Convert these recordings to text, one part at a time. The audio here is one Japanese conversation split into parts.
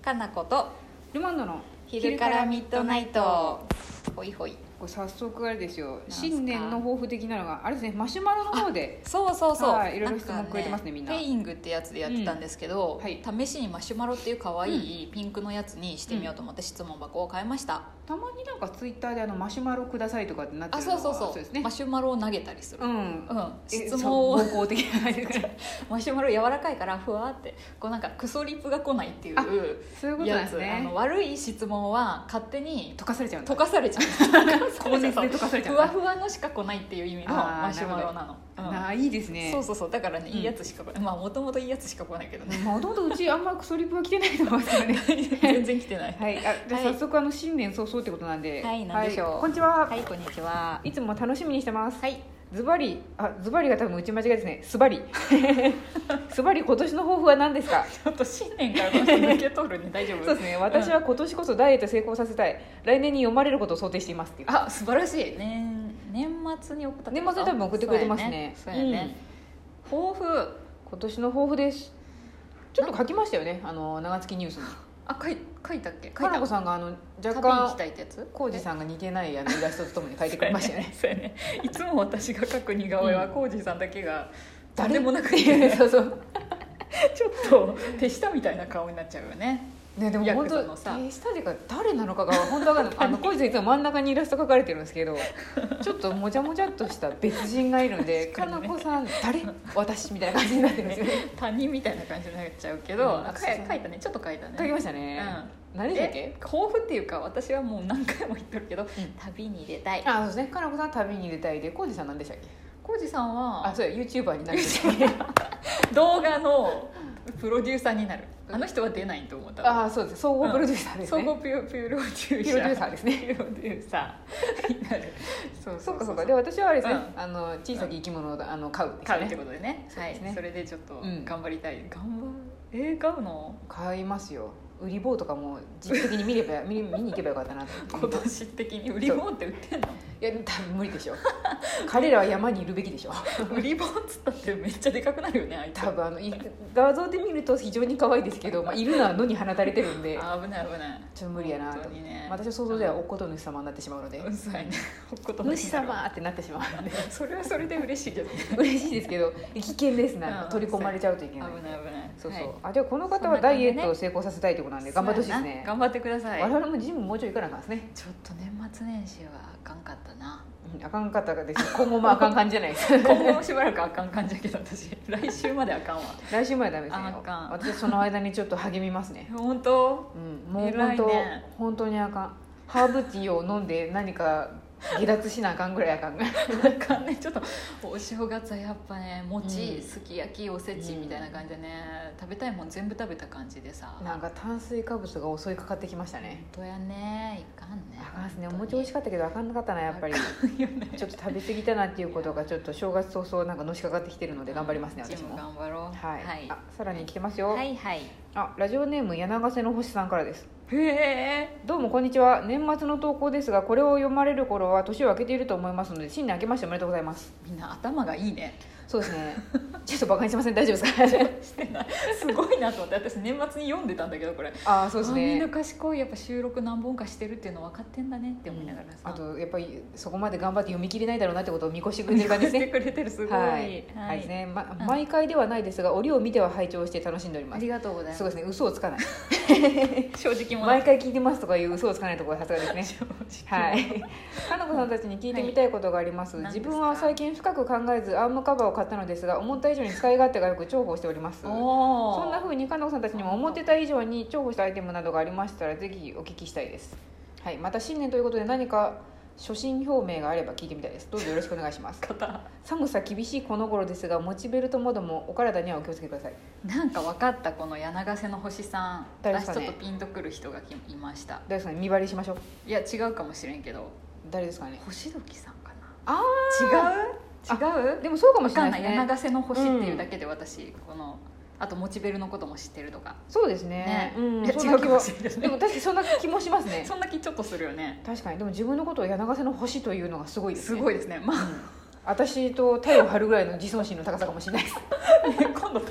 かなことルマンドの昼からミッドナイト。ほいほい。 これ早速あれですよ、新年の抱負的なのがあれですね、マシュマロの方でそうそうそう、 はい、いろいろ質問くれてますね、みんな。 ペイングってやつでやってたんですけど、 はい、 試しにマシュマロっていう可愛いピンクのやつにしてみようと思って質問箱を変えました。 たまになんかツイッターでマシュマロくださいとかってなってるのはそうですね、 マシュマロを投げたりする、質問を暴行的なマシュマロ柔らかいからふわってこうなんかクソリップが来ないっていうそういうことなんですね。 悪い質問は勝手に溶かされちゃう溶かされちゃう高熱で溶かされちゃうふわふわのしか来ないっていう意味のマシュマロなの。 いいですね。 そうだからね、いいやつしか来ない。まあもともといいやつしか来ないけどね。 もともとうちあんまクソリップは来てないと思いますからね全然来てない。 はい、じゃあ早速新年早々ってことなんで、 はい何でしょう。 こんにちは。 はいこんにちは。 いつも楽しみにしてます。 はい。 ズバリが多分打ち間違いですね。スバリスバリ今年の抱負は何ですか？ ちょっと新年からこの人抜け取るね。大丈夫？ そうですね、私は今年こそダイエット成功させたい、来年に読まれることを想定していますっていう。 あ、素晴らしい。年末に送った。 年末に多分送ってくれてますね。 そうやね。抱負、 今年の抱負です。ちょっと書きましたよね、長月ニュースに。 あ、書いたっけ？ かなこさんが若干浩二さんが似てないイラストとともに書いてくれましたよね。 そうやね。いつも私が書く似顔絵は浩二さんだけが誰もなくて、 ね、そうちょっと手下みたいな顔になっちゃうよね。 ね、でも本当手下でか誰なのかが本当は分かんない。浩二さんいつも真ん中にイラスト描かれてるんですけど、ちょっともちゃもちゃっとした別人がいるんで、かなこさん誰私みたいな感じになってるんですよね。 他人みたいな感じになっちゃうけど、書いたね。ちょっと書いたね。 書きましたね。何だっけ？ 抱負っていうか、私はもう何回も言ってるけど、旅に出たい。 あ、そうですね。かなこさん旅に出たいで、浩二さん何でしたっけ？ 浩二さんはそうや YouTuber になる動画のプロデューサーになる。あの人は出ないと思った。 そうです。総合プロデューサーですね。 総合プロデューサーですね。プロデューサーになる。 そうか。で私はあれですね、小さき生き物を飼うってことでね。はい。それでちょっと頑張りたい。買うの？買いますよ。売り棒とかも実的に見に行けばよかったなと。 今年的に売り棒って売ってんの？ いや多分無理でしょ。彼らは山にいるべきでしょ。 売り棒っつったってめっちゃでかくなるよね、あいつ。 多分画像で見ると非常に可愛いですけど、いるのは野に放たれてるんで危ないちょっと無理やなと。私は想像ではおっこと主様になってしまうので、主様ってなってしまうので、 それはそれで嬉しいけどね。 嬉しいですけど危険ですね。取り込まれちゃうといけない。 危ない。 そう。じゃあこの方はダイエットを成功させたいということなんで頑張ってほしいですね。 頑張ってください。 我々もジムもうちょい行かなあかんですね。 ちょっと年末年始はあかんかったな。 あかんかったです。今後もあかん感じじゃないです。 今後もしばらくあかん感じだけど、私来週まであかんわ。 来週までダメですね。私その間にちょっと励みますね。 本当？ もう本当にあかん。ハーブティーを飲んで何か離脱しなあかんぐらいあかんね。 ちょっとお正月はやっぱね、餅、すき焼き、おせちみたいな感じでね、食べたいもん全部食べた感じでさ、 なんか炭水化物が襲いかかってきましたね。 本当やね。いかんね。 あかんですね。お餅美味しかったけどあかんなかったな、やっぱり。ちょっと食べ過ぎたなっていうことがちょっと正月早々なんかのしかかってきてるので頑張りますね、私も。 頑張ろう。 はい。さらに来てますよ。 はい。 ラジオネーム柳ヶ瀬の星さんからです。 へえ。 どうもこんにちは。年末の投稿ですが、これを読まれる頃は年を明けていると思いますので、新年明けましておめでとうございます。 みんな頭がいいね。 そうですね。ちょっとバカにしません？大丈夫ですか？ してない。すごいなと思って、私年末に読んでたんだけど、これ。 そうですね。 みんな賢い。やっぱ収録何本かしてるっていうの分かってんだねって思いながらさ。 あとやっぱりそこまで頑張って読み切れないだろうなってことを見越してくれてる感じですね。 見越してくれてる、すごい。 はいですね。毎回ではないですが、折を見ては拝聴して楽しんでおります。 ありがとうございます。 そうですね。嘘をつかない。 正直者。 毎回聞いてますとかいう嘘をつかないところがさすがですね。はい。かなこさんたちに聞いてみたいことがあります。自分は最近深く考えずアームカバーを買ったのですが、思った以上に使い勝手がよく重宝しております。そんな風にかなこさんたちにも思ってた以上に重宝したアイテムなどがありましたらぜひお聞きしたいです。はい。また新年ということで何か初心表明があれば聞いてみたいです。どうぞよろしくお願いします。寒さ厳しいこの頃ですが、持ちベルトなどもお体にはお気をつけください。 なんか分かった。この柳ヶ瀬の星さん、私ちょっとピンとくる人がいました。 誰ですかね。見張りしましょう。 いや違うかもしれんけど。 誰ですかね。 星時さんかな。 違うでもそうかもしれないですね。 柳ヶ瀬の星っていうだけで私このあとモチベルのことも知ってるとか。 そうですね。 いや違うかもしれない。 でも確かにそんな気もしますね。 そんな気ちょっとするよね。 確かに。でも自分のことを柳ヶ瀬の星というのがすごいですね。 すごいですね。私と太陽張るぐらいの自尊心の高さかもしれないです。 今度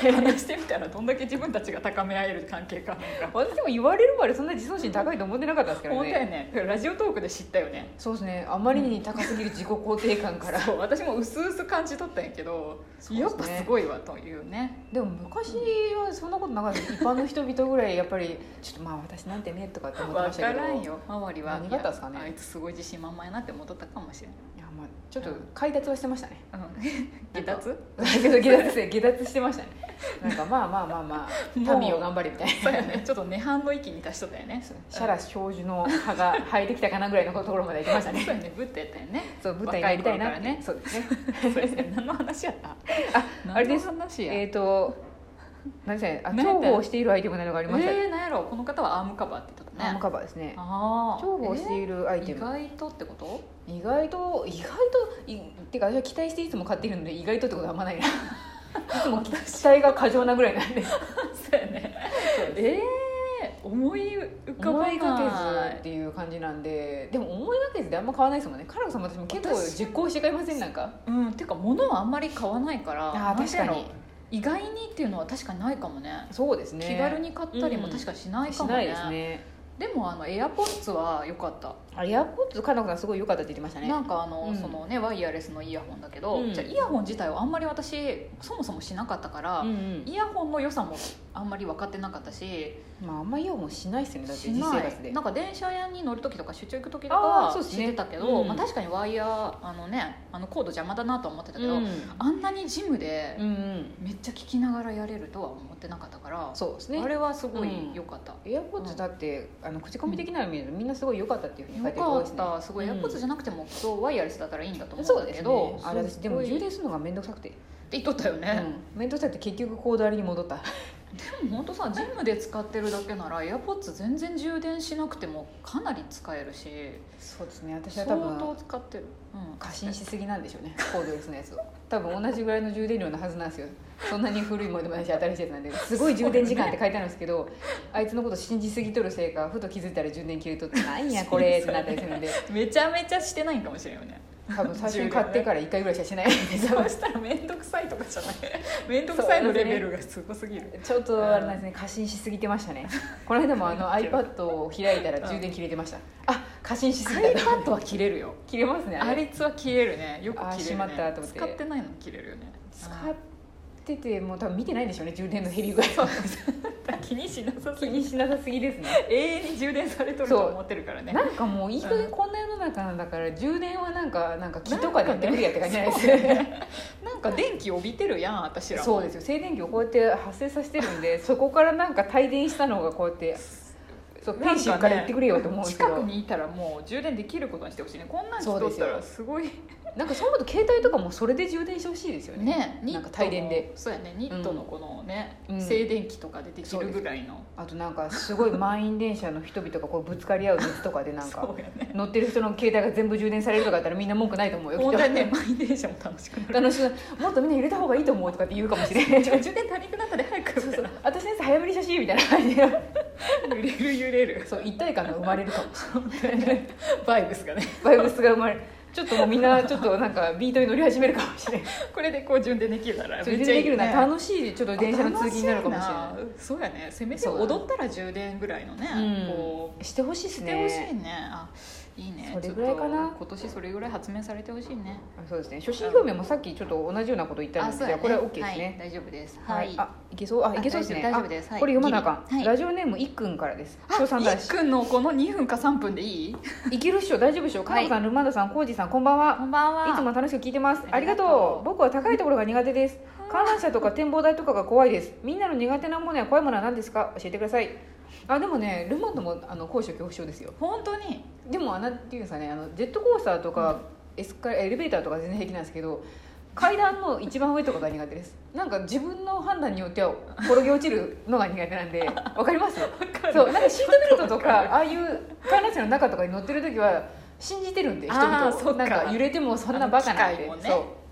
話してみたらどんだけ自分たちが高め合える関係かなんか私も言われるまでそんな自尊心高いと思ってなかったんですけど本当やね。 ね、ラジオトークで知ったよね。 そうですね、あまりに高すぎる自己肯定感からそう私も薄々感じ取ったんやけど、 そうですね、 やっぱすごいわというね。 でも昔はそんなことなかった。一般の人々ぐらいやっぱりちょっとまあ私なんてねとかって思ってましたけど、 分からんよ周りは。 何があったんですかね。 あいつすごい自信満々やなって思っとったかもしれない。 いや、まあちょっと快脱はしてましたね。 下脱下脱してましたね。なんかまあまあまあまあ民を頑張れみたいな。 そうやね、ちょっと涅槃の域に達しとったよね。 シャラ少女の葉が生えてきたかなぐらいのところまで行きましたね。 そうやね、ブッダやったよね。 そう舞台になりたいなってね。 そうですね。 そうですね。何の話やった？ あれです。 何の話や。 何ですかね。重宝しているアイテムなのがありました。 何やろう。この方はアームカバーって言ったね。 アームカバーですね。 ああ。 重宝しているアイテム。 意外とってこと？ 意外とってか私は期待していつも買っているので意外とってことはあんまないな。いつも期待が過剰なぐらいなんで。 そうやね。思い浮かばない。 思いがけずっていう感じなんで、でも思いがけずであんま買わないですもんね。カナコさんも私も結構実行して買いません？なんかてか物はあんまり買わないから。 あ、確かに意外にっていうのは確かにないかもね。 そうですね、 気軽に買ったりも確かしないかもね。 しないですね。 でもエアポッツは良かった。 エアポッツカナコさんすごい良かったって言ってましたね。 なんかそのねワイヤレスのイヤホンだけど、じゃイヤホン自体はあんまり私そもそもしなかったから、イヤホンの良さもあんまり分かってなかったし、 まああんまイヤホンしないですよね。だって実生活でなんか電車に乗る時とか出張行く時とかは知ってたけど、まあ、確かにワイヤーコード邪魔だなと思ってたけど、あんなにジムでめっちゃ聞きながらやれるとは思ってなかったから、 そうですね、 あれはすごい良かった。 エアポッツだって口コミ的なの見るとみんなすごい良かったっていうふうに書いてる良かった。すごいエアポッツじゃなくてもワイヤレスだったらいいんだと思うんだけど、 あれ私でも充電するのが面倒くさくてって言っとったよね。 面倒くさくて結局コードありに戻った。 でも本当さ、ジムで使ってるだけならエアポッツ全然充電しなくてもかなり使えるし。 そうですね、私は多分相当使ってる、 過信しすぎなんでしょうね、コードレスのやつを。多分同じぐらいの充電量のはずなんですよ。そんなに古いものでもないし新しいやつなんですごい充電時間って書いてあるんですけど、あいつのこと信じすぎとるせいかふと気づいたら充電切れとってなんやこれってなったりするんでめちゃめちゃしてないかもしれんよね。 多分最初に買ってから1回ぐらいしかしないんでそうしたら面倒くさいとかじゃない面倒くさいのレベルがすごすぎる。 ちょっとあれなんですね、過信しすぎてましたね。この間もiPad を開いたら充電切れてました。あ、過信しすぎた。 iPad は切れるよ。 切れますね。 あれは切れるね。よく切れるね。 しまったと思って使ってないのに切れるよね。 使っててもう多分見てないんでしょうね、充電の減り具合。 気にしなさすぎ。 気にしなさすぎですね。 永遠に充電されとると思ってるからね。 なんかもういい加減こんな世の中なんだから、充電はなんか木とかでやってくれやって感じじゃないですよね。 なんか電気帯びてるやん私らも。 そうですよ、静電気をこうやって発生させてるんで、そこからなんか帯電したのがこうやってペンシルから言ってくれよと思うんですけど、 近くにいたらもう充電できることにしてほしいね。こんなんしとったらすごい。 なんかそう思うと携帯とかもそれで充電してほしいですよね。なんか帯電で。 そうやね、ニットのこのね、静電気とかでできるぐらいの。 あとなんかすごい満員電車の人々がこうぶつかり合う熱とかでなんか乗ってる人の携帯が全部充電されるとかだったらみんな文句ないと思うよ。 本当にね、満員電車も楽しくなる。 楽しく、もっとみんな入れた方がいいと思うとかって言うかもしれない。 充電足りなくなったで早く。 そう私のやつ早めに写真みたいな感じで揺れる。 そう、一体感が生まれるかもしれない。 バイブスがね、 バイブスが生まれる。ちょっともうみんなちょっとなんかビートに乗り始めるかもしれない。 これでこう充電できるなら充電できるなら楽しい、ちょっと電車の通勤になるかもしれない。 そうやね、せめて踊ったら充電ぐらいのね、 こうしてほしいですね。 してほしいね。あ、いいね。 それぐらいかな。 今年それぐらい発明されてほしいね。 そうですね。初心表明もさっきちょっと同じようなこと言ったんですが、これは OK ですね。 大丈夫です。 はい。あ、いけそう。あ、いけそうですね。 大丈夫です。 これ読まなあかん。ラジオネームいっくんからです。 いっくんのこの2分か3分でいい？ いけるっしょ、大丈夫っしょ。かなこさん、ルマンダさん、コージさん、こんばんは。 こんばんは。 いつも楽しく聞いてます。ありがとう。僕は高いところが苦手です。観覧車とか展望台とかが怖いです。みんなの苦手なものや怖いものは何ですか？教えてください。あ、でもね、ルマンドも高所恐怖症ですよ。 本当に？ でもなんていうんですかね、ジェットコースターとか、エレベーターとか全然平気なんですけど、階段の一番上とかが苦手です。なんか自分の判断によっては転げ落ちるのが苦手なんで、わかります？そう、なんかシートベルトとかああいう観覧車の中とかに乗ってる時は信じてるんで、人々をなんか揺れてもそんなバカなんで、そう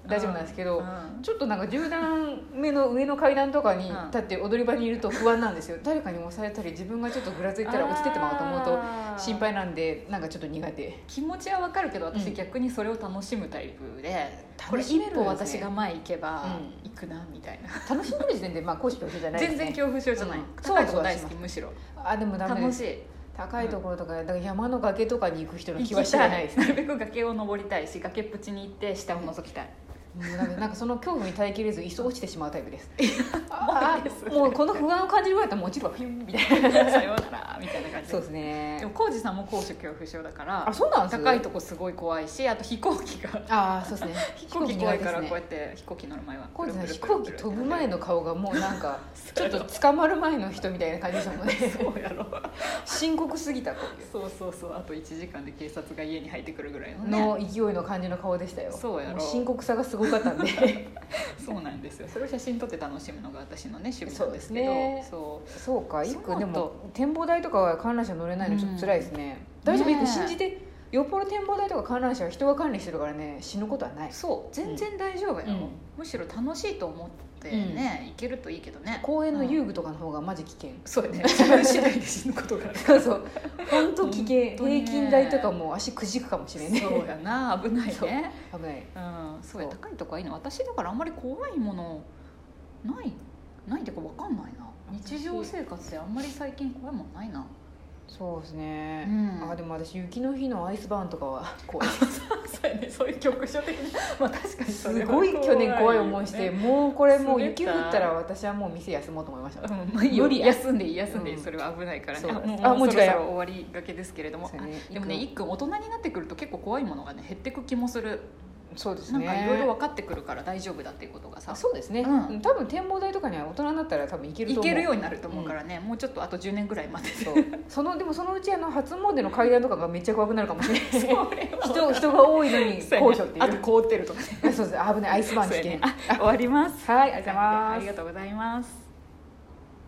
大丈夫なんですけど、ちょっとなんか10段目の上の階段とかに立って踊り場にいると不安なんですよ。誰かに押されたり自分がちょっとぐらついたら落ちてってまうと思うと心配なんで、なんかちょっと苦手。 気持ちはわかるけど、私逆にそれを楽しむタイプで、これ一歩私が前行けば行くなみたいな。 楽しんでる時点で高所恐怖症じゃないですね。 全然恐怖症じゃない、高いとこ大好き。むしろでもダメです。 楽しい。 高いところとか、だから山の崖とかに行く人の気は知らないです。 なるべく崖を登りたいし、崖っぷちに行って下を覗きたい。 なんかその恐怖に耐えきれずいっそ落ちてしまうタイプです。もうこの不安を感じるぐらいだったらもう落ちるわ、ピュンみたいな、 さようならみたいな感じ。 そうですね。 でも浩二さんも高所恐怖症だから。 そうなんです。 高いとこすごい怖いし、あと飛行機がそうですね。 飛行機怖いからこうやって飛行機乗る前は浩二さん飛行機飛ぶ前の顔がもうなんかちょっと捕まる前の人みたいな感じでしたもんね。 そうやろ。 深刻すぎた。 そうあと1時間で警察が家に入ってくるぐらいの勢いの感じの顔でしたよ。 そうやろ。 深刻さがすごかったんで。 そうなんですよ。それを写真撮って楽しむのが私のね趣味なんですけど。 そうですね。そうか。一個でも展望台とかは観覧車乗れないのちょっと辛いですね。大丈夫。信じて。よっぽど展望台とか観覧車は人が管理してるからね、死ぬことはない。 そう全然大丈夫よ。むしろ楽しいと思ってね、行けるといいけどね。 公園の遊具とかの方がマジ危険。 そうね。自分次第で死ぬことがある。 そう本当危険。平均台とかも足くじくかもしれない。 そうやな、危ないね。 危ない。 そうや、高いとこはいいの。私だからあんまり怖いものないっていうか分かんないな。日常生活であんまり最近怖いもんないな。 そうですね。でも私雪の日のアイスバーンとかは怖いです。 そうやね。そういう局所的な。確かにすごい去年怖い思いして、もうこれもう雪降ったら私はもう店休もうと思いました。 より休んでいい。それは危ないからね。もうそろそろ終わりがけですけれども。でもね、一個大人になってくると結構怖いものがね減ってく気もする。 そうですね。 なんかいろいろ分かってくるから大丈夫だっていうことがさ。 そうですね。多分展望台とかには大人になったら多分行けると思う。 行けるようになると思うからね。もうちょっとあと10年ぐらい待ってて。 でもそのうち初詣の階段とかがめっちゃ怖くなるかもしれない。人が多いのに高所っていう。 あと凍ってるとかね。 そうです。危ない。アイスバーン危険。 終わります。 はい、ありがとうございます。 ありがとうございます。